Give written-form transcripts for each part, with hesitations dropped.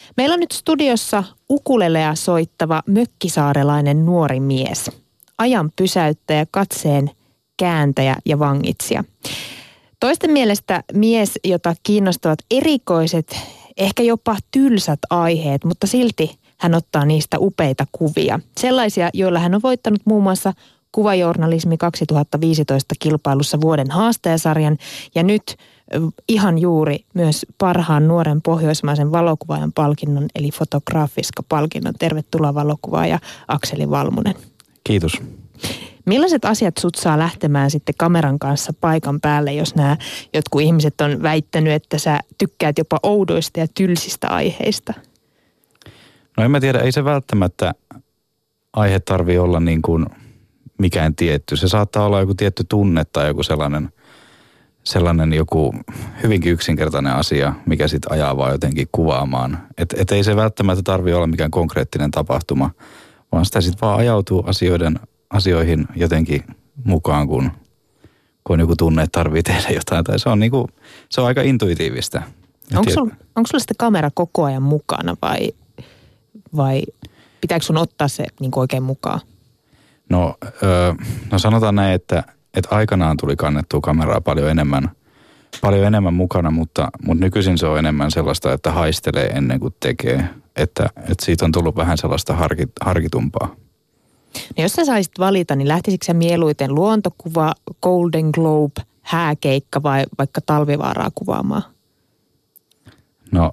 Meillä on nyt studiossa ukulelea soittava mökkisaarelainen nuori mies. Ajan pysäyttäjä, katseen kääntäjä ja vangitsija. Toisten mielestä mies, jota kiinnostavat erikoiset, ehkä jopa tylsät aiheet, mutta silti hän ottaa niistä upeita kuvia. Sellaisia, joilla hän on voittanut muun muassa Kuvajournalismi 2015 kilpailussa vuoden haastajasarjan ja nyt ihan juuri myös parhaan nuoren pohjoismaisen valokuvaajan palkinnon eli Fotografiska-palkinnon. Tervetuloa valokuvaaja Akseli Valmunen. Kiitos. Millaiset asiat sut saa lähtemään sitten kameran kanssa paikan päälle, jos nämä jotkut ihmiset on väittänyt, että sä tykkäät jopa oudoista ja tylsistä aiheista? No en mä tiedä, ei se välttämättä aihe tarvitse olla niin kuin mikään tietty. Se saattaa olla joku tietty tunne tai joku sellainen joku hyvinkin yksinkertainen asia, mikä sitten ajaa vaan jotenkin kuvaamaan. Et ei se välttämättä tarvitse olla mikään konkreettinen tapahtuma, vaan sitä sitten vaan ajautuu asioihin jotenkin mukaan, kun on joku tunne, että tarvitsee tehdä jotain. Tai se on aika intuitiivista. Onko sulla sitä kamera koko ajan mukana vai pitääkö sun ottaa se niin kuin oikein mukaan? No sanotaan näin, että aikanaan tuli kannettua kameraa paljon enemmän mukana, mutta nykyisin se on enemmän sellaista, että haistelee ennen kuin tekee. Että siitä on tullut vähän sellaista harkitumpaa. No jos sä saisit valita, niin lähtisikö sä mieluiten luontokuva, Golden Globe, hääkeikka vai vaikka Talvivaaraa kuvaamaan? No,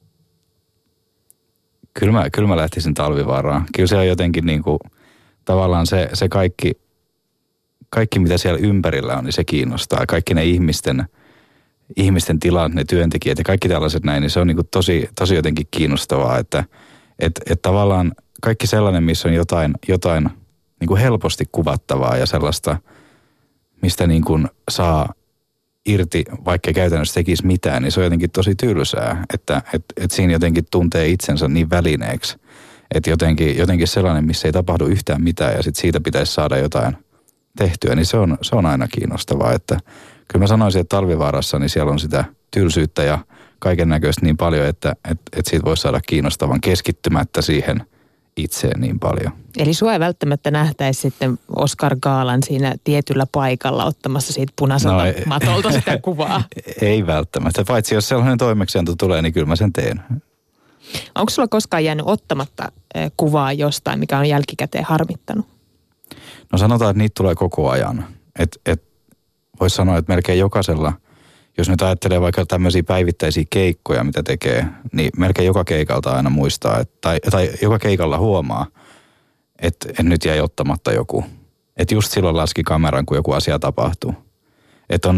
kyllä mä lähtisin Talvivaaraan. Kyllä se on jotenkin niin kuin, tavallaan se kaikki mitä siellä ympärillä on, niin se kiinnostaa. Kaikki ne ihmisten tilat, ne työntekijät ja kaikki tällaiset näin, niin se on niin kuin tosi jotenkin kiinnostavaa, että tavallaan kaikki sellainen, missä on jotain niin kuin helposti kuvattavaa ja sellaista, mistä niin kuin saa irti, vaikka käytännössä tekisi mitään, niin se on jotenkin tosi tylsää, että siinä jotenkin tuntee itsensä niin välineeksi, että jotenkin sellainen, missä ei tapahdu yhtään mitään ja sitten siitä pitäisi saada jotain tehtyä, niin se on aina kiinnostavaa, että kyllä mä sanoisin, että Talvivaarassa niin siellä on sitä tylsyyttä ja kaiken näköistä niin paljon, että siitä voisi saada kiinnostavan keskittymättä siihen itseen niin paljon. Eli sua ei välttämättä nähtäisi sitten Oscar Gaalan siinä tietyllä paikalla ottamassa siitä punaiselta matolta sitä kuvaa? Ei välttämättä, paitsi jos sellainen toimeksianto tulee, niin kyllä mä sen teen. Onko sulla koskaan jäänyt ottamatta kuvaa jostain, mikä on jälkikäteen harmittanut? No sanotaan, että niitä tulee koko ajan. Voisi sanoa, että melkein jokaisella, jos nyt ajattelee vaikka tämmöisiä päivittäisiä keikkoja, mitä tekee, niin melkein joka keikalta aina muistaa, tai joka keikalla huomaa, että nyt jäi ottamatta joku. Että just silloin laski kameran, kun joku asia tapahtuu. Että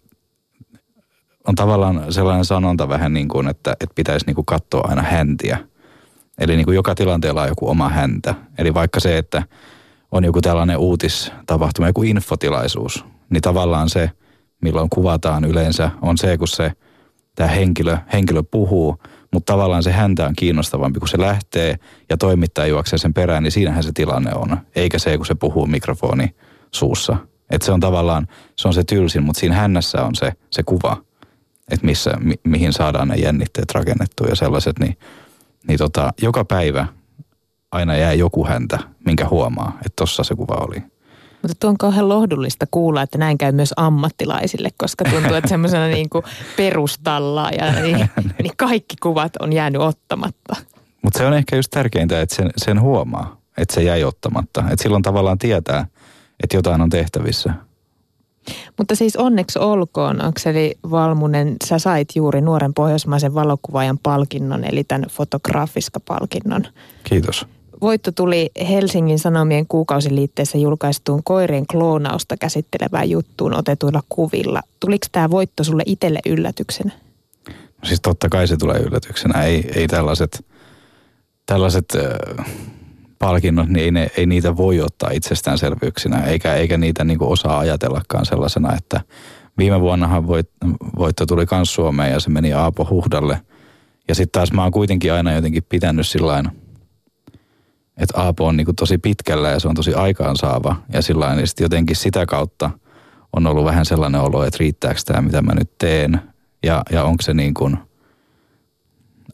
on tavallaan sellainen sanonta vähän niin kuin, että pitäisi niin kuin katsoa aina häntiä. Eli niin kuin joka tilanteella on joku oma häntä. Eli vaikka se, että on joku tällainen uutistapahtuma, joku infotilaisuus, niin tavallaan se, milloin kuvataan yleensä, on se, kun tämä henkilö puhuu, mutta tavallaan se häntä on kiinnostavampi, kun se lähtee ja toimittaja juoksee sen perään, niin siinähän se tilanne on. Eikä se, kun se puhuu mikrofoni suussa. Että se on tavallaan, se on se tylsin, mutta siinä hännässä on se kuva, että mihin saadaan ne jännitteet rakennettua ja sellaiset, niin joka päivä aina jää joku häntä, minkä huomaa, että tossa se kuva oli. Mutta tuo on kauhean lohdullista kuulla, että näin käy myös ammattilaisille, koska tuntuu, että semmoisena niin kuin perustallaaja, niin kaikki kuvat on jäänyt ottamatta. Mutta se on ehkä just tärkeintä, että sen huomaa, että se jäi ottamatta. Että silloin tavallaan tietää, että jotain on tehtävissä. Mutta siis onneksi olkoon, Akseli Valmunen, sä sait juuri nuoren pohjoismaisen valokuvaajan palkinnon, eli tämän Fotografiska-palkinnon. Kiitos. Voitto tuli Helsingin Sanomien kuukausiliitteessä julkaistuun koirien kloonausta käsittelevään juttuun otetuilla kuvilla. Tuliko tämä voitto sulle itselle yllätyksenä? No siis totta kai se tulee yllätyksenä. Ei tällaiset palkinnot, niin ei niitä voi ottaa itsestäänselvyyksinä, eikä niitä niinku osaa ajatellakaan sellaisena, että viime vuonnahan voitto tuli kans Suomeen ja se meni Aapo Huhdalle. Ja sitten taas mä oon kuitenkin aina jotenkin pitänyt sillain, että Aapo on niinku tosi pitkällä ja se on tosi aikaansaava. Ja sillain, niin sitten jotenkin sitä kautta on ollut vähän sellainen olo, että riittääkö tämä, mitä mä nyt teen. Ja onko se niin kuin,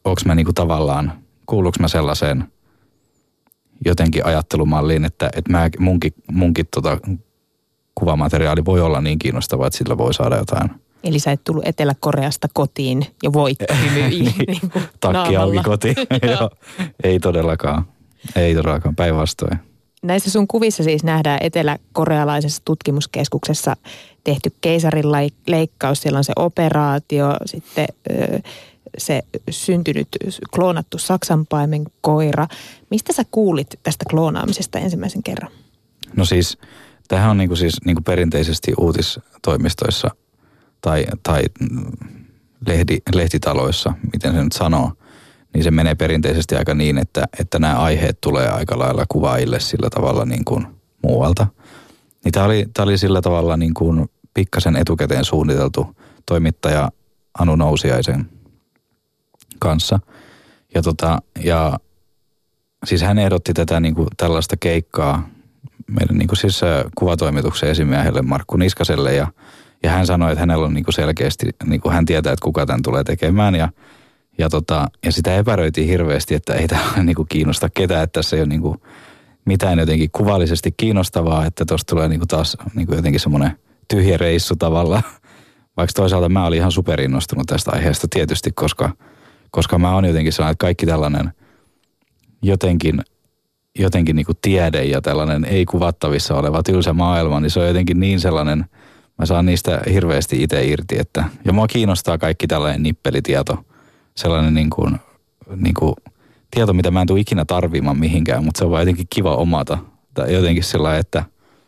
onko mä niinku tavallaan, kuuluuko mä sellaiseen jotenkin ajattelumalliin, että munkin kuvamateriaali voi olla niin kiinnostavaa, että sillä voi saada jotain. Eli sä et tullut Etelä-Koreasta kotiin ja voittohymy niin takki auki kotiin. Joo, ei todellakaan. Ei todellakaan, päinvastoin. Näissä sun kuvissa siis nähdään eteläkorealaisessa tutkimuskeskuksessa tehty keisarin leikkaus. Siellä on se operaatio, sitten se syntynyt, kloonattu saksanpaimen koira. Mistä sä kuulit tästä kloonaamisesta ensimmäisen kerran? No siis, tämähän on niinku perinteisesti uutistoimistoissa tai lehtitaloissa, miten se nyt sanoo, niin se menee perinteisesti aika niin, että nämä aiheet tulee aika lailla kuvaajille sillä tavalla niin kuin muualta. Niin tämä oli sillä tavalla niin kuin pikkasen etukäteen suunniteltu toimittaja Anu Nousiaisen kanssa. Ja siis hän ehdotti tätä niin kuin tällaista keikkaa meidän niin kuin siis kuvatoimituksen esimiehelle Markku Niskaselle ja hän sanoi, että hänellä on niin kuin selkeästi, niin kuin hän tietää, että kuka tämän tulee tekemään ja sitä epäröitiin hirveästi, että ei tämä niin kuin kiinnosta ketään, että tässä ei ole niin kuin mitään jotenkin kuvallisesti kiinnostavaa, että tuosta tulee niin kuin taas niin kuin jotenkin semmoinen tyhjä reissu tavallaan. Vaikka toisaalta mä olin ihan superinnostunut tästä aiheesta tietysti, koska mä oon jotenkin sellainen, että kaikki tällainen jotenkin niin kuin tiede ja tällainen ei kuvattavissa oleva tylsä maailma, niin se on jotenkin niin sellainen, mä saan niistä hirveästi itse irti, ja mua kiinnostaa kaikki tällainen nippelitieto, sellainen niin kuin tieto, mitä mä en tule ikinä tarvimaan mihinkään, mutta se on vaan jotenkin kiva omata. Tai jotenkin sellainen, että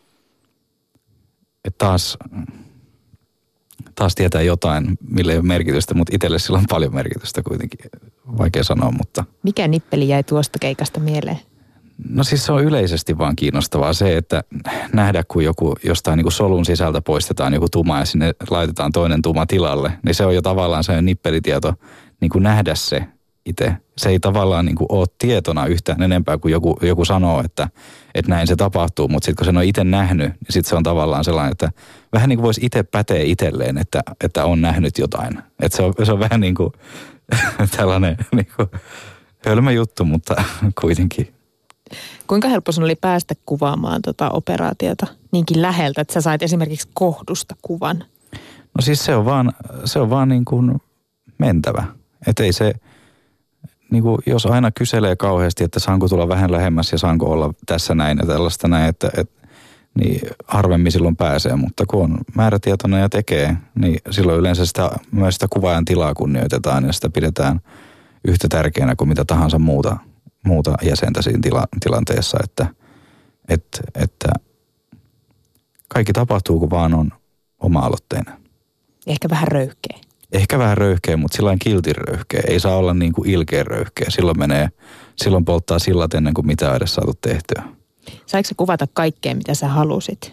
taas tietää jotain, millä ei ole merkitystä, mutta itselle sillä on paljon merkitystä kuitenkin. Vaikea sanoa, mutta... Mikä nippeli jäi tuosta keikasta mieleen? No siis se on yleisesti vaan kiinnostavaa se, että nähdä, kun joku jostain niin kuin solun sisältä poistetaan joku tuma ja sinne laitetaan toinen tuma tilalle, niin se on jo tavallaan se nippelitieto, niin kuin nähdä se itse. Se ei tavallaan niin kuin ole tietona yhtään enempää kuin joku sanoo, että näin se tapahtuu, mutta sitten kun sen on itse nähnyt, niin sitten se on tavallaan sellainen, että vähän niin kuin voisi itse päteä itselleen, että on nähnyt jotain. Että se on vähän niin kuin tällainen niin kuin hölmö juttu, mutta kuitenkin. Kuinka helppo sun oli päästä kuvaamaan operaatiota niinkin läheltä, että sä sait esimerkiksi kohdusta kuvan? No siis se on vaan niin kuin mentävä. Että ei se, niin kuin jos aina kyselee kauheasti, että saanko tulla vähän lähemmäs ja saanko olla tässä näin ja tällaista näin, niin harvemmin silloin pääsee. Mutta kun on määrätietoinen ja tekee, niin silloin yleensä myös sitä kuvaajan tilaa kunnioitetaan ja sitä pidetään yhtä tärkeänä kuin mitä tahansa muuta jäsentä siinä tilanteessa, että kaikki tapahtuu, kun vaan on oma-aloitteinen. Ehkä vähän röyhkeä. Ehkä vähän röyhkeä, mutta sillain kiltin röyhkeä. Ei saa olla niin kuin ilkeä röyhkeä. Silloin polttaa sillat ennen kuin mitään edes saatu tehtyä. Saiko sä kuvata kaikkea, mitä sä halusit?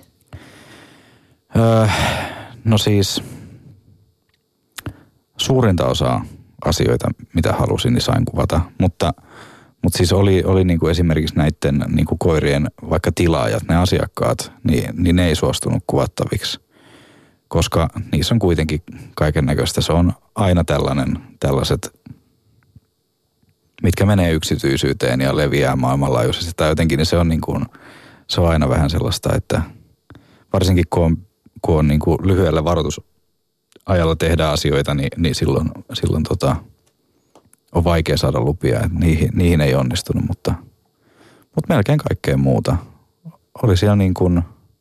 No siis suurinta osaa asioita, mitä halusin, niin sain kuvata. Mutta siis oli niin kuin esimerkiksi näiden niin kuin koirien vaikka tilaajat, ne asiakkaat, niin ne ei suostunut kuvattaviksi. Koska niissä on kuitenkin kaiken näköistä. Se on aina tällaiset, mitkä menee yksityisyyteen ja leviää maailmanlaajuisesti tai jotenkin, niin se on niin kuin, se on aina vähän sellaista, että varsinkin kun on niin kuin lyhyellä varoitusajalla tehdä asioita, niin silloin on vaikea saada lupia. Niihin ei onnistunut, mutta melkein kaikkea muuta. Oli siellä niin kuin,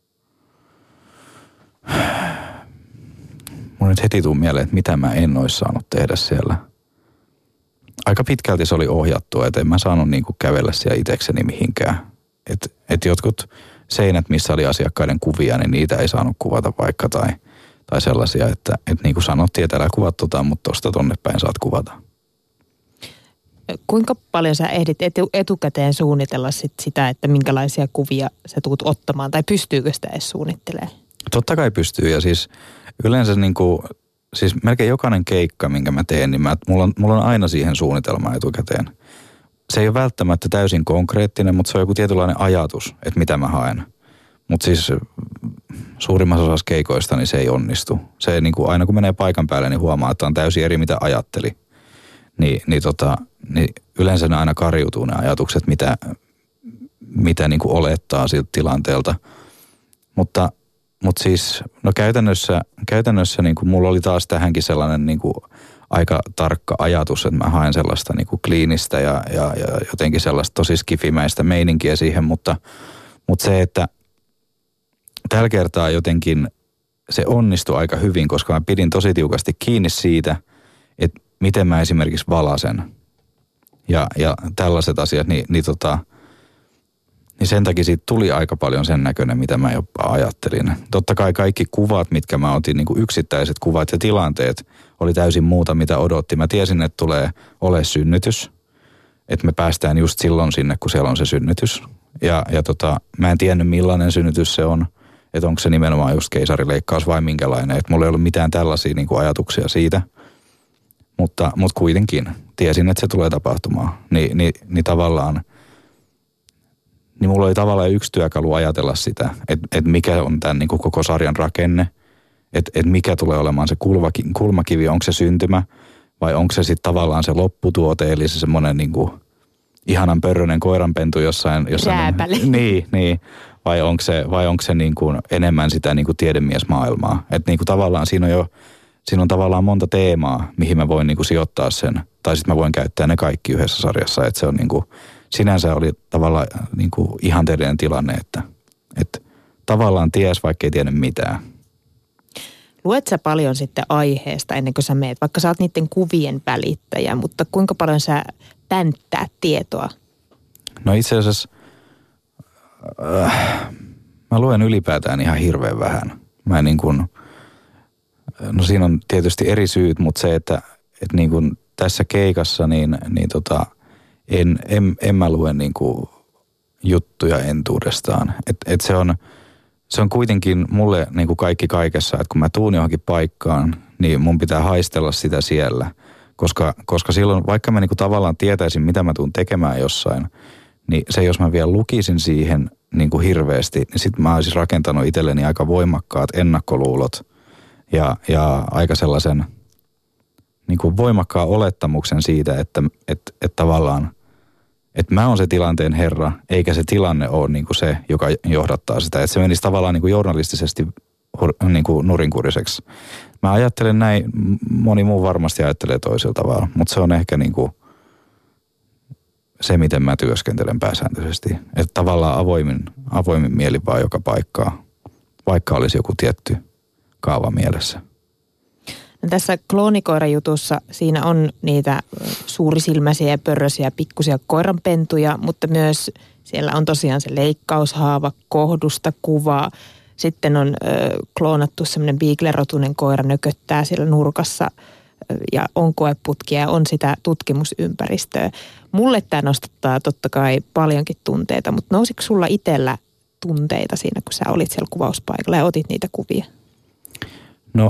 mun nyt heti tuu mieleen, että mitä mä en olisi saanut tehdä siellä. Aika pitkälti se oli ohjattua, että en mä saanut niin kuin kävellä siellä itsekseni mihinkään. Että jotkut seinät, missä oli asiakkaiden kuvia, niin niitä ei saanut kuvata vaikka tai sellaisia, että niin kuin sanottiin, että älä kuvat mutta tosta tonne päin saat kuvata. Kuinka paljon sä ehdit etukäteen suunnitella sitä, että minkälaisia kuvia sä tuut ottamaan, tai pystyykö sitä edes suunnittelemaan? Totta kai pystyy, ja siis yleensä niin kuin, siis melkein jokainen keikka, minkä mä teen, niin mulla on aina siihen suunnitelma etukäteen. Se ei ole välttämättä täysin konkreettinen, mutta se on joku tietynlainen ajatus, että mitä mä haen. Mutta siis suurimmassa osassa keikoista niin se ei onnistu. Se niin kuin aina kun menee paikan päälle, niin huomaa, että on täysin eri mitä ajatteli. niin yleensä ne aina kariutuu ne ajatukset, mitä niin kuin olettaa siltä tilanteelta. Mutta siis, no käytännössä niin kuin mulla oli taas tähänkin sellainen niin kuin aika tarkka ajatus, että mä haen sellaista niin kuin kliinistä ja jotenkin sellaista tosi skifimäistä meininkiä siihen, mutta se, että tällä kertaa jotenkin se onnistui aika hyvin, koska mä pidin tosi tiukasti kiinni siitä, että miten mä esimerkiksi valasen ja tällaiset asiat, niin sen takia siitä tuli aika paljon sen näköinen, mitä mä jopa ajattelin. Totta kai kaikki kuvat, mitkä mä otin, niin kuin yksittäiset kuvat ja tilanteet, oli täysin muuta, mitä odotti. Mä tiesin, että tulee ole synnytys, että me päästään just silloin sinne, kun siellä on se synnytys. Ja mä en tiennyt, millainen synnytys se on, että onko se nimenomaan just keisarileikkaus vai minkälainen. Että mulla ei ollut mitään tällaisia niin kuin ajatuksia siitä, mutta kuitenkin tiesin, että se tulee tapahtumaan. Niin tavallaan, niin mulla oli tavallaan yksi työkalu ajatella sitä, että mikä on tämän niin kuin koko sarjan rakenne, että mikä tulee olemaan se kulmakivi, onko se syntymä vai onko se sitten tavallaan se lopputuote, eli se semmoinen niin kuin ihanan pörröinen koiranpentu jossain Rääpäli. Niin. Vai onko se niin kuin enemmän sitä niin kuin tiedemiesmaailmaa. Että niin kuin tavallaan siinä on tavallaan monta teemaa, mihin mä voin niin kuin sijoittaa sen. Tai sitten mä voin käyttää ne kaikki yhdessä sarjassa. Että se on niin kuin, sinänsä oli tavallaan niin kuin ihanteellinen tilanne, että tavallaan ties, vaikka ei tiennyt mitään. Luet sä paljon sitten aiheesta ennen kuin sä meet, vaikka sä oot niiden kuvien välittäjä, mutta kuinka paljon sä pänttää tietoa? No itse asiassa mä luen ylipäätään ihan hirveän vähän. Mä niin kuin, no siinä on tietysti eri syyt, mutta se, että niin kuin tässä keikassa niin en mä lue niin kuin juttuja entuudestaan. Et se on kuitenkin mulle niin kuin kaikki kaikessa, että kun mä tuun johonkin paikkaan, niin mun pitää haistella sitä siellä. Koska silloin, vaikka mä niin kuin tavallaan tietäisin, mitä mä tuun tekemään jossain, niin se, jos mä vielä lukisin siihen niin kuin hirveästi, niin sit mä olisin rakentanut itselleni aika voimakkaat ennakkoluulot ja aika sellaisen niin kuin voimakkaan olettamuksen siitä, että tavallaan, että mä oon se tilanteen herra, eikä se tilanne ole niin kuin se, joka johdattaa sitä. Että se menisi tavallaan niin kuin journalistisesti niin kuin nurinkuriseksi. Mä ajattelen näin, moni muu varmasti ajattelee toisella tavalla, mutta se on ehkä niin kuin se, miten mä työskentelen pääsääntöisesti. Että tavallaan avoimin mieli vaan joka paikkaa, vaikka olisi joku tietty kaava mielessä. No tässä kloonikoirajutussa siinä on niitä suurisilmäisiä ja pörröisiä pikkusia koiranpentuja, mutta myös siellä on tosiaan se leikkaushaava, kohdusta kuva. Sitten on kloonattu semmoinen beagle-rotunen koira nököttää siellä nurkassa ja on koeputkia ja on sitä tutkimusympäristöä. Mulle tämä nostattaa totta kai paljonkin tunteita, mutta nousiko sulla itsellä tunteita siinä, kun sä olit siellä kuvauspaikalla ja otit niitä kuvia? No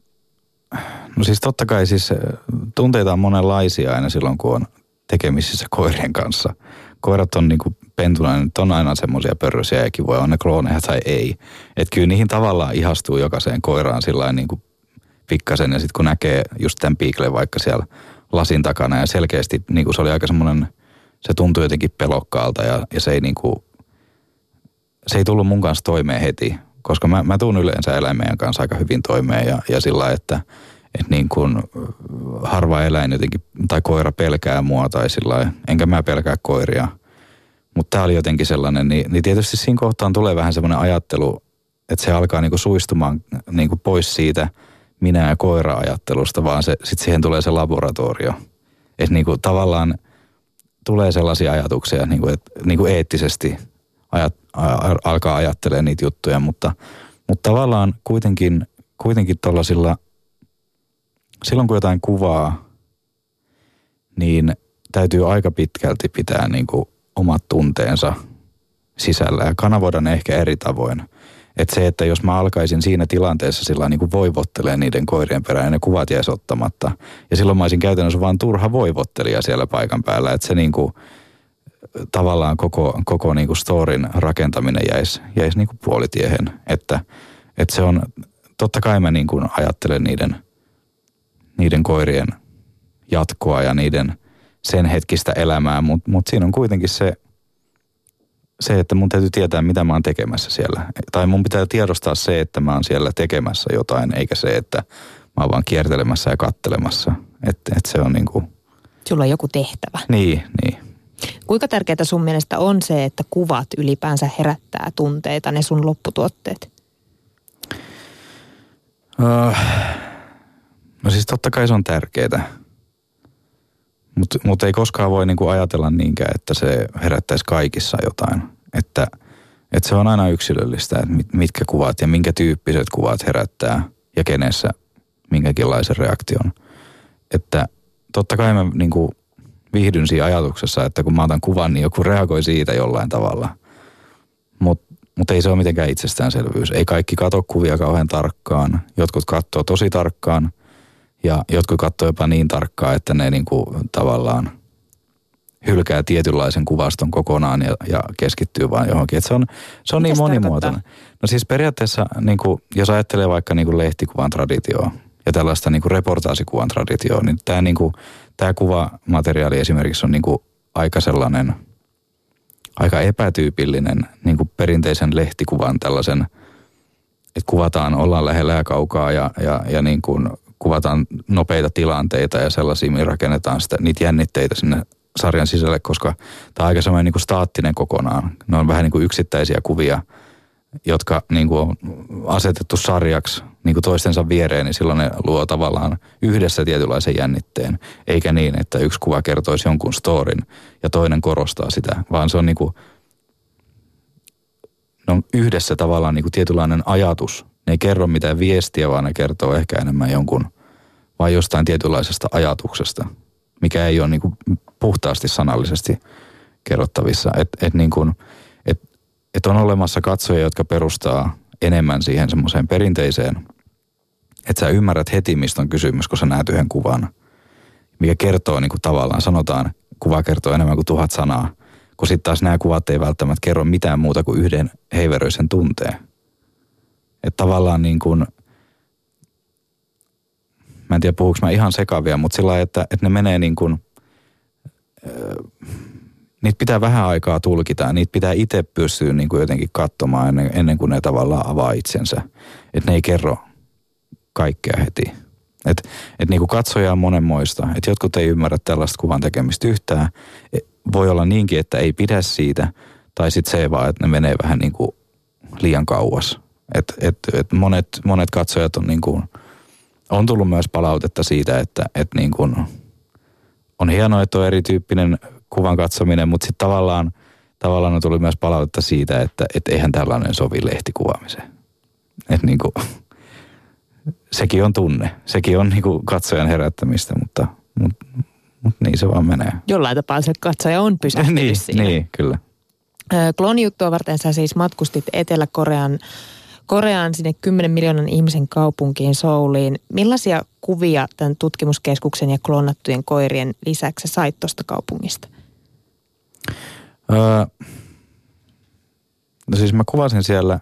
siis totta kai siis tunteita on monenlaisia aina silloin, kun on tekemisissä koirien kanssa. Koirat on niin kuin pentuna, nyt on aina semmoisia pörröisiä ja kivoja, on ne klooneja tai ei. Että kyllä niihin tavallaan ihastuu jokaiseen koiraan sillain niin kuin pikkasen. Ja sitten kun näkee just tämän Beaglen vaikka siellä lasin takana ja selkeästi niin kuin se oli aika semmoinen, se tuntui jotenkin pelokkaalta ja se ei niin kuin, se ei tullut mun kanssa toimeen heti. Koska mä tuun yleensä eläimien kanssa aika hyvin toimeen ja sillä että niin kuin harva eläin jotenkin, tai koira pelkää mua tai sillä enkä mä pelkää koiria. Mutta tää oli jotenkin sellainen, niin tietysti siinä kohtaan tulee vähän semmoinen ajattelu, että se alkaa niinku suistumaan niinku pois siitä minä- ja koira-ajattelusta, vaan sitten siihen tulee se laboratorio. Että niinku tavallaan tulee sellaisia ajatuksia, niinku eettisesti alkaa ajattelemaan niitä juttuja, mutta tavallaan kuitenkin tollasilla, silloin kun jotain kuvaa, niin täytyy aika pitkälti pitää niinku omat tunteensa sisällä ja kanavoida ne ehkä eri tavoin. Että se, että jos mä alkaisin siinä tilanteessa sillä niin kuin voivottelee niiden koirien perään ja ne kuvat jäisi ottamatta. Ja silloin mä olisin käytännössä vaan turha voivottelija siellä paikan päällä. Että se niin kuin tavallaan koko niin kuin storin rakentaminen jäisi niin kuin puolitiehen. Että se on, totta kai mä niin kuin ajattelen niiden koirien jatkoa ja niiden sen hetkistä elämää, mutta siinä on kuitenkin se, että mun täytyy tietää, mitä mä oon tekemässä siellä. Tai mun pitää tiedostaa se, että mä oon siellä tekemässä jotain, eikä se, että mä oon vaan kiertelemässä ja kattelemassa. Että se on niinku... Sulla on joku tehtävä. Niin. Kuinka tärkeää sun mielestä on se, että kuvat ylipäänsä herättää tunteita, ne sun lopputuotteet? No siis totta kai se on tärkeää. Mutta ei koskaan voi niinku ajatella niinkään, että se herättäisi kaikissa jotain. Että se on aina yksilöllistä, että mitkä kuvat ja minkä tyyppiset kuvat herättää ja kenessä minkäkinlaisen reaktion. Että totta kai mä niinku viihdyn siinä ajatuksessa, että kun mä otan kuvan, niin joku reagoi siitä jollain tavalla. Mutta ei se ole mitenkään itsestäänselvyys. Ei kaikki katso kuvia kauhean tarkkaan. Jotkut katsoo tosi tarkkaan ja jotkut katsoo jopa niin tarkkaan, että ne niinku tavallaan hylkää tietynlaisen kuvaston kokonaan ja keskittyy vaan johonkin. Et se on niin monimuotoinen. No siis periaatteessa, niinku, jos ajattelee vaikka niinku lehtikuvan traditioa ja tällaista niinku reportaasikuvan traditioa, niin tämä kuvamateriaali esimerkiksi on niinku aika sellainen, aika epätyypillinen niinku perinteisen lehtikuvan tällaisen, että kuvataan, ollaan lähellä ja kaukaa ja niin kuin kuvataan nopeita tilanteita ja sellaisia, mihin rakennetaan niitä jännitteitä sinne sarjan sisälle, koska tämä on aika semmoinen niin kuin staattinen kokonaan. Ne on vähän niin kuin yksittäisiä kuvia, jotka niin kuin on asetettu sarjaksi niin kuin toistensa viereen, niin silloin ne luo tavallaan yhdessä tietynlaisen jännitteen. Eikä niin, että yksi kuva kertoisi jonkun storin ja toinen korostaa sitä, vaan se on niin kuin, ne on yhdessä tavallaan niin kuin tietynlainen ajatus. Ne ei kerro mitään viestiä, vaan ne kertoo ehkä enemmän jonkun vai jostain tietynlaisesta ajatuksesta, mikä ei ole niin kuin puhtaasti sanallisesti kerrottavissa. Että on olemassa katsoja, jotka perustaa enemmän siihen semmoiseen perinteiseen, että sä ymmärrät heti, mistä on kysymys, kun sä näet yhden kuvan, mikä kertoo niin kuin tavallaan, sanotaan, kuva kertoo enemmän kuin 1000 sanaa, kun sitten taas nämä kuvat ei välttämättä kerro mitään muuta kuin yhden heiveröisen tunteen. Että tavallaan niin kuin, mä en tiedä puhuuko mä ihan sekavia, mutta sillä lailla, että ne menee niin kuin, niitä pitää vähän aikaa tulkita. Niitä pitää itse pystyä niin kuin jotenkin katsomaan ennen kuin ne tavallaan avaa itsensä. Että ne ei kerro kaikkea heti. Että niin kuin katsoja on monenmoista. Että jotkut ei ymmärrä tällaista kuvan tekemistä yhtään. Voi olla niinkin, että ei pidä siitä. Tai sitten se vaan, että ne menee vähän niin kuin liian kauas. Että monet katsojat on niin kuin, on tullut myös palautetta siitä, että niin kuin on hienoa, että on erityyppinen kuvan katsominen, mutta sitten tavallaan on tullut myös palautetta siitä, että eihän tällainen sovi lehtikuvaamiseen. Että niin kuin, sekin on tunne. Sekin on niin kuin katsojan herättämistä, mutta niin se vaan menee. Jollain tapaa se katsoja on pysähtynyt siinä. Niin, kyllä. Kloonijuttua varten sä siis matkustit Etelä-Koreaan sinne 10 miljoonan ihmisen kaupunkiin Souliin. Millaisia kuvia tämän tutkimuskeskuksen ja kloonattujen koirien lisäksi sait tuosta kaupungista? No siis mä kuvasin siellä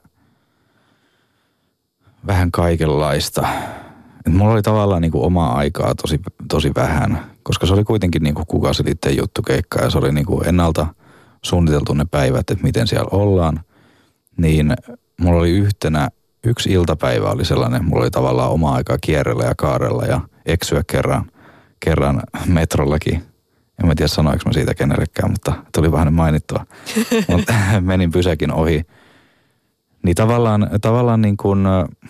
vähän kaikenlaista. Et mulla oli tavallaan niinku omaa aikaa tosi vähän, koska se oli kuitenkin niinku kukasilitteen juttukeikka ja se oli niinku ennalta suunniteltu ne päivät, että miten siellä ollaan. Niin mulla oli yksi iltapäivä oli sellainen, mulla oli tavallaan omaa aikaa kierrellä ja kaarella ja eksyä kerran metrollakin. En mä tiedä sanoinko mä siitä kenellekään, mutta tuli vähän mainittua. Mutta menin pysäkin ohi. Niin tavallaan niin kuin,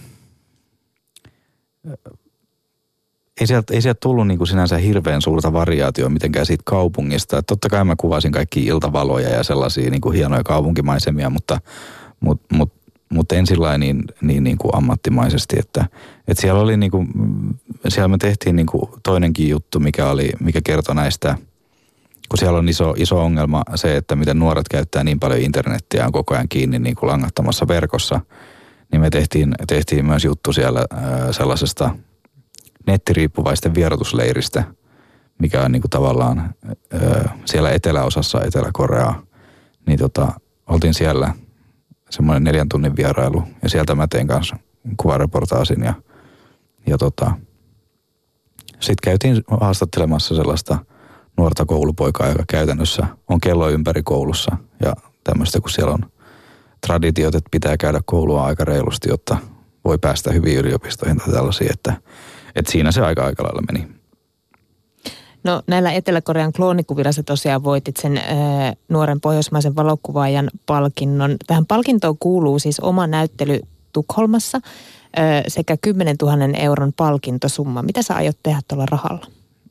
ei sieltä tullut niin kuin sinänsä hirveän suurta variaatioa mitenkään siitä kaupungista. Et totta kai mä kuvasin kaikki iltavaloja ja sellaisia niin kuin hienoja kaupunkimaisemia, mutta en sillä niin kuin ammattimaisesti, että siellä oli niin kuin, siellä me tehtiin niin kuin toinenkin juttu, mikä kertoi näistä, kun siellä on iso ongelma se, että miten nuoret käyttää niin paljon internettiä ja on koko ajan kiinni niin kuin langattomassa verkossa, niin me tehtiin myös juttu siellä sellaisesta nettiriippuvaisten vierotusleiristä, mikä on niin kuin tavallaan siellä eteläosassa Etelä-Koreaa, niin oltiin siellä semmoinen 4 tunnin vierailu ja sieltä mä tein kanssa kuvareportaasin ja sitten käytiin haastattelemassa sellaista nuorta koulupoikaa, joka käytännössä on kello ympäri koulussa. Ja tämmöistä, kun siellä on traditiot, että pitää käydä koulua aika reilusti, jotta voi päästä hyviin yliopistoihin tai tällaisia, että siinä se aika lailla meni. No näillä Etelä-Korean kloonikuvilla sä tosiaan voitit sen nuoren pohjoismaisen valokuvaajan palkinnon. Tähän palkintoon kuuluu siis oma näyttely Tukholmassa sekä 10 000 euron palkintosumma. Mitä sä aiot tehdä tuolla rahalla?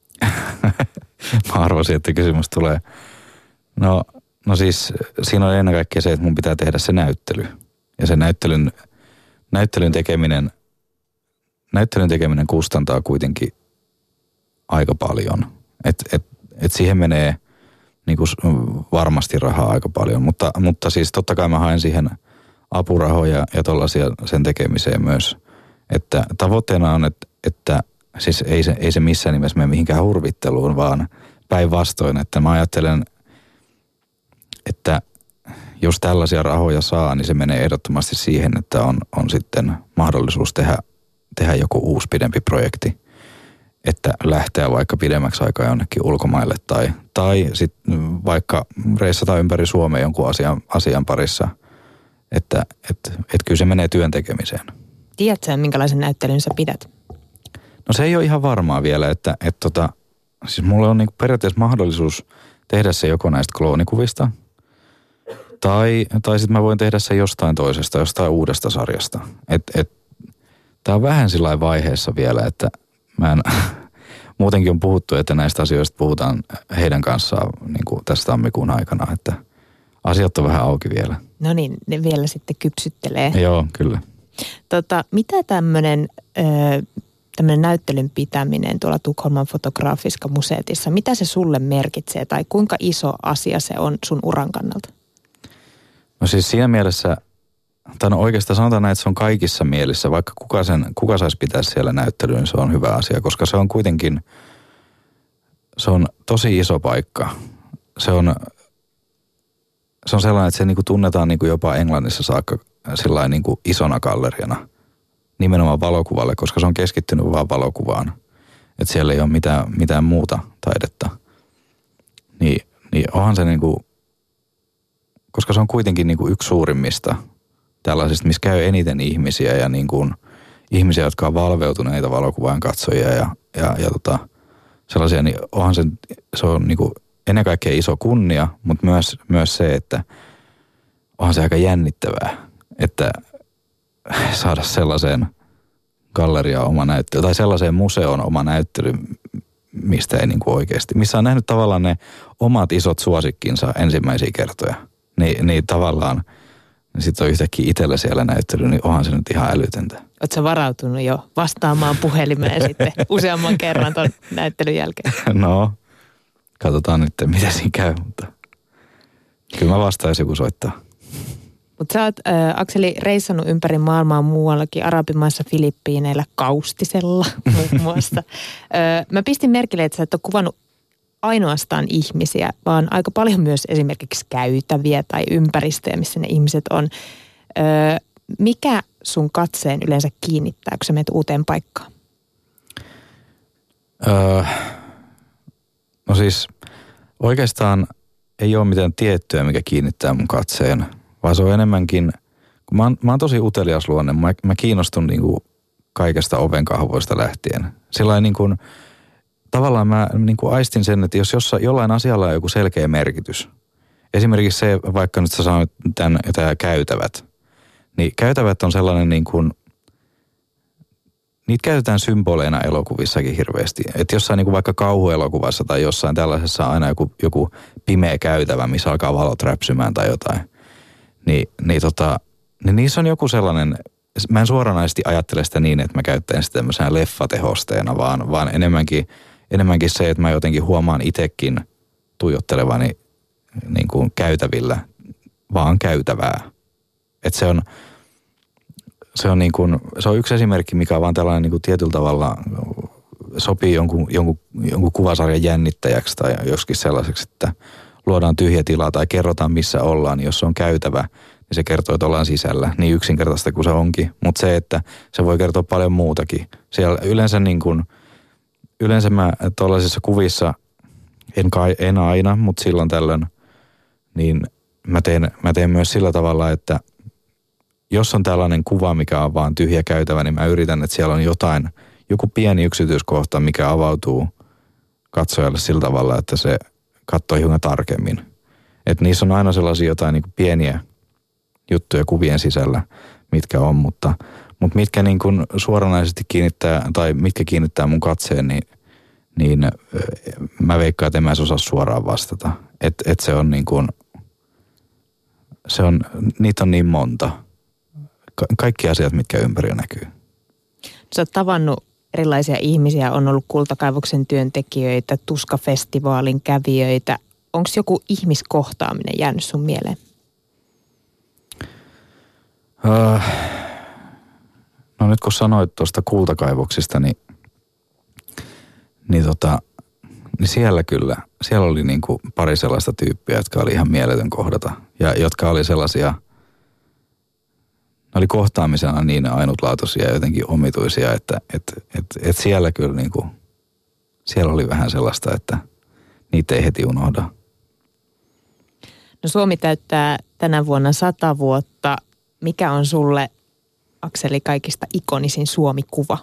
Mä arvasin, että kysymys tulee. No siis siinä on ennen kaikkea se, että mun pitää tehdä se näyttely. Ja se näyttelyn tekeminen kustantaa kuitenkin aika paljon. Et siihen menee niin kuin varmasti rahaa aika paljon. Mutta siis totta kai mä haen siihen apurahoja ja tollaisia sen tekemiseen myös. Että tavoitteena on, että siis ei se missään nimessä mene mihinkään hurvitteluun, vaan päinvastoin, että mä ajattelen, että jos tällaisia rahoja saa, niin se menee ehdottomasti siihen, että on sitten mahdollisuus tehdä joku uusi pidempi projekti. Että lähteä vaikka pidemmäksi aikaa jonnekin ulkomaille tai sitten vaikka reissata ympäri Suomea jonkun asian parissa. Että kyllä se menee työn tekemiseen. Tiedätkö, minkälaisen näyttelyn sä pidät? No se ei ole ihan varmaa vielä, että siis mulla on niinku periaatteessa mahdollisuus tehdä se joko näistä kloonikuvista tai sitten mä voin tehdä se jostain toisesta, jostain uudesta sarjasta. Tää on vähän sillä vaiheessa vielä, että mä en, muutenkin on puhuttu, että näistä asioista puhutaan heidän kanssaan niin kuin tässä tammikuun aikana, että asiat on vähän auki vielä. No niin, ne vielä sitten kypsyttelee. Joo, kyllä. Mitä tämmöinen näyttelyn pitäminen tuolla Tukholman Fotografiska museetissa, mitä se sulle merkitsee tai kuinka iso asia se on sun uran kannalta? No siis siinä mielessä, tai no oikeastaan sanotaan näin, että se on kaikissa mielissä, vaikka kuka saisi pitää siellä näyttelyyn, niin se on hyvä asia, koska se on kuitenkin, se on tosi iso paikka. Se on sellainen, että se niinku tunnetaan niinku jopa Englannissa saakka sillain niinku isona galleriana, nimenomaan valokuvalle, koska se on keskittynyt vaan valokuvaan. Että siellä ei ole mitään muuta taidetta. Niin onhan se niinku, koska se on kuitenkin niinku yksi suurimmista tällaisista, missä käy eniten ihmisiä ja niinku ihmisiä, jotka on valveutuneita valokuvan katsojia ja sellaisia, niin onhan se on niinku ennen kaikkea iso kunnia, mutta myös se, että onhan se aika jännittävää, että saada sellaiseen galleriaan oma näyttely tai sellaiseen museoon oma näyttely, mistä ei niinku oikeasti, missä on nähnyt tavallaan ne omat isot suosikkinsa ensimmäisiä kertoja. Niin tavallaan sitten on yhtäkkiä itsellä siellä näyttely, niin onhan se nyt ihan älytöntä. Oletko sä varautunut jo vastaamaan puhelimeen sitten useamman kerran ton näyttelyn jälkeen? No, katsotaan nyt, mitä siinä käy, mutta kyllä mä vastaan, jos joku soittaa. Mutta sä oot, Akseli, reissannut ympäri maailmaa muuallakin, Arabimaissa, Filippiineillä, Kaustisella muun muassa. Mä pistin merkille, että sä et ole kuvannut ainoastaan ihmisiä, vaan aika paljon myös esimerkiksi käytäviä tai ympäristöjä, missä ne ihmiset on. Mikä sun katseen yleensä kiinnittää, kun sä menet uuteen paikkaan? No siis oikeastaan ei ole mitään tiettyä, mikä kiinnittää mun katseen, vaan se on enemmänkin, kun mä oon tosi utelias luonne, mä kiinnostun niinku kaikesta ovenkahvoista lähtien. Sillain niin kuin, tavallaan mä niin kuin aistin sen, että jos jollain asialla on joku selkeä merkitys, esimerkiksi se, vaikka nyt sä sanoit tämän käytävät, niin käytävät on sellainen niin kuin, niitä käytetään symboleina elokuvissakin hirveästi. Että jossain niin kuin vaikka kauhuelokuvassa tai jossain tällaisessa on aina joku pimeä käytävä, missä alkaa valot räpsymään tai jotain. Niin niissä on joku sellainen, mä en suoranaisesti ajattele sitä niin, että mä käyttäisin sitä tämmöisenä leffatehosteena, vaan enemmänkin se, että mä jotenkin huomaan itsekin tuijottelevani niin kuin käytävillä vaan käytävää. Että se on niin kuin, se on yksi esimerkki, mikä on vaan tällainen niin kuin tietyllä tavalla sopii jonkun kuvasarjan jännittäjäksi tai joskin sellaiseksi, että luodaan tyhjä tila tai kerrotaan missä ollaan, niin jos se on käytävä, niin se kertoo, että ollaan sisällä, niin yksinkertaista kuin se onkin. Mutta se, että se voi kertoa paljon muutakin. Siellä yleensä niin kuin yleensä mä tuollaisissa kuvissa, en aina, mutta silloin tällöin, niin mä teen myös sillä tavalla, että jos on tällainen kuva, mikä on vaan tyhjä käytävä, niin mä yritän, että siellä on joku pieni yksityiskohta, mikä avautuu katsojalle sillä tavalla, että se katsoo hiukan tarkemmin. Että niissä on aina sellaisia jotain niin kuin pieniä juttuja kuvien sisällä, mitkä on, mutta mitkä niin kuin suoranaisesti mitkä kiinnittää mun katseen, niin mä veikkaan, että en mä osaa suoraan vastata. Että se on niin kuin, niitä on niin monta. Kaikki asiat, mitkä ympäri näkyy. Sä oot tavannut erilaisia ihmisiä, on ollut Kultakaivoksen työntekijöitä, Tuska-festivaalin kävijöitä. Onko joku ihmiskohtaaminen jäänyt sun mieleen? No nyt kun sanoit tuosta Kultakaivoksista, niin siellä oli niinku pari sellaista tyyppiä, jotka oli ihan mieletön kohdata. Ja jotka oli sellaisia, ne oli kohtaamisena niin ainutlaatuisia ja jotenkin omituisia, että siellä kyllä niinku, siellä oli vähän sellaista, että niitä ei heti unohda. No Suomi täyttää tänä vuonna 100 vuotta. Mikä on sulle, Akseli, kaikista ikonisin Suomi-kuva?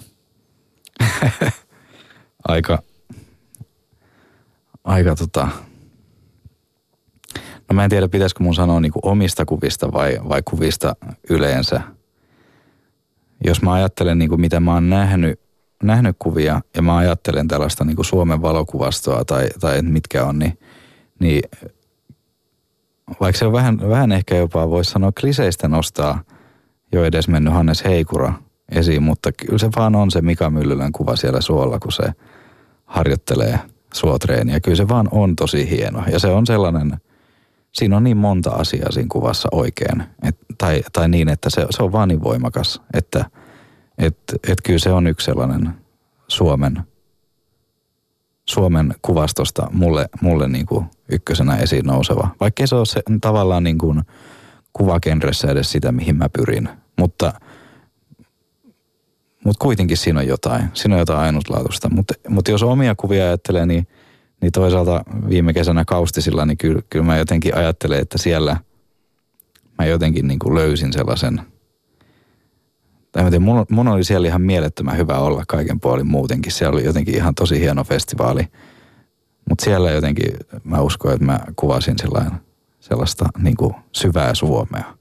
No mä en tiedä, pitäisikö mun sanoa niinku omista kuvista vai kuvista yleensä. Jos mä ajattelen niinku mitä mä oon nähnyt kuvia ja mä ajattelen tällaista niinku Suomen valokuvastoa tai mitkä on, niin vaikka se on vähän ehkä jopa voisi sanoa kliseistä nostaa jo edes mennyt Hannes Heikura esiin, mutta kyllä se vaan on se Mika Myllylän kuva siellä suolla, kun se harjoittelee suotreeniä. Kyllä se vaan on tosi hieno ja se on sellainen, siinä on niin monta asiaa siinä kuvassa oikein, tai niin, että se on vaan niin voimakas, että kyllä se on yksi sellainen Suomen kuvastosta mulle niin kuin ykkösenä esiin nouseva. Vaikkei se ole se, tavallaan niin kuin kuvagenressä edes sitä, mihin mä pyrin. Mutta kuitenkin siinä on jotain ainutlaatuista. Mutta jos omia kuvia ajattelee, niin toisaalta viime kesänä Kaustisilla, niin kyllä mä jotenkin ajattelen, että siellä mä jotenkin niin kuin löysin sellaisen, tai mä tiedän, mun oli siellä ihan mielettömän hyvä olla kaiken puolin muutenkin. Siellä oli jotenkin ihan tosi hieno festivaali. Mutta siellä jotenkin mä uskon, että mä kuvasin sellaista niin kuin syvää Suomea.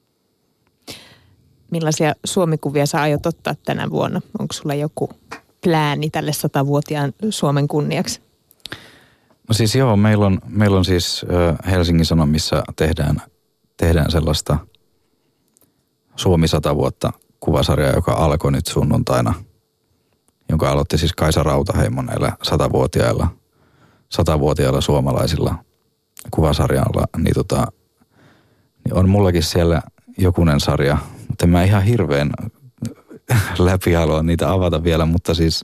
Millaisia Suomikuvia sä aiot ottaa tänä vuonna? Onko sulla joku plääni tälle 100-vuotiaan Suomen kunniaksi? No siis joo, meillä on siis Helsingin Sanomissa tehdään sellaista Suomi 100 vuotta kuvasarjaa, joka alkoi nyt sunnuntaina, jonka aloitti siis Kaisa Rautaheimo näillä 100-vuotiailla suomalaisilla kuvasarjalla, niin on mullakin siellä jokunen sarja, mutta en mä ihan hirveän läpi halua niitä avata vielä, mutta siis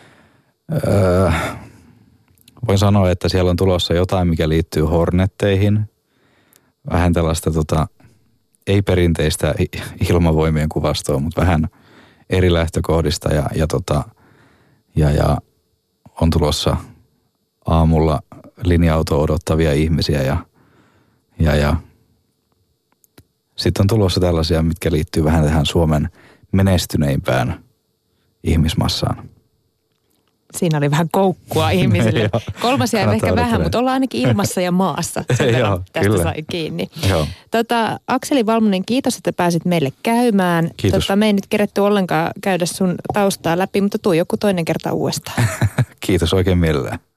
voin sanoa, että siellä on tulossa jotain, mikä liittyy Hornetteihin, vähän tällaista ei perinteistä ilmavoimien kuvastoa, mutta vähän eri lähtökohdista ja on tulossa aamulla linja-auto odottavia ihmisiä ja sitten on tulossa tällaisia, mitkä liittyy vähän tähän Suomen menestyneimpään ihmismassaan. Siinä oli vähän koukkua ihmisille. Kolmas jäi ehkä vähän, mutta ollaan ainakin ilmassa ja maassa. Joo, tästä kyllä. sai kiinni. Joo. Akseli Valmonen, kiitos, että pääsit meille käymään. Kiitos. Me ei nyt keretty ollenkaan käydä sun taustaa läpi, mutta tuu joku toinen kerta uudestaan. Kiitos oikein mielellään.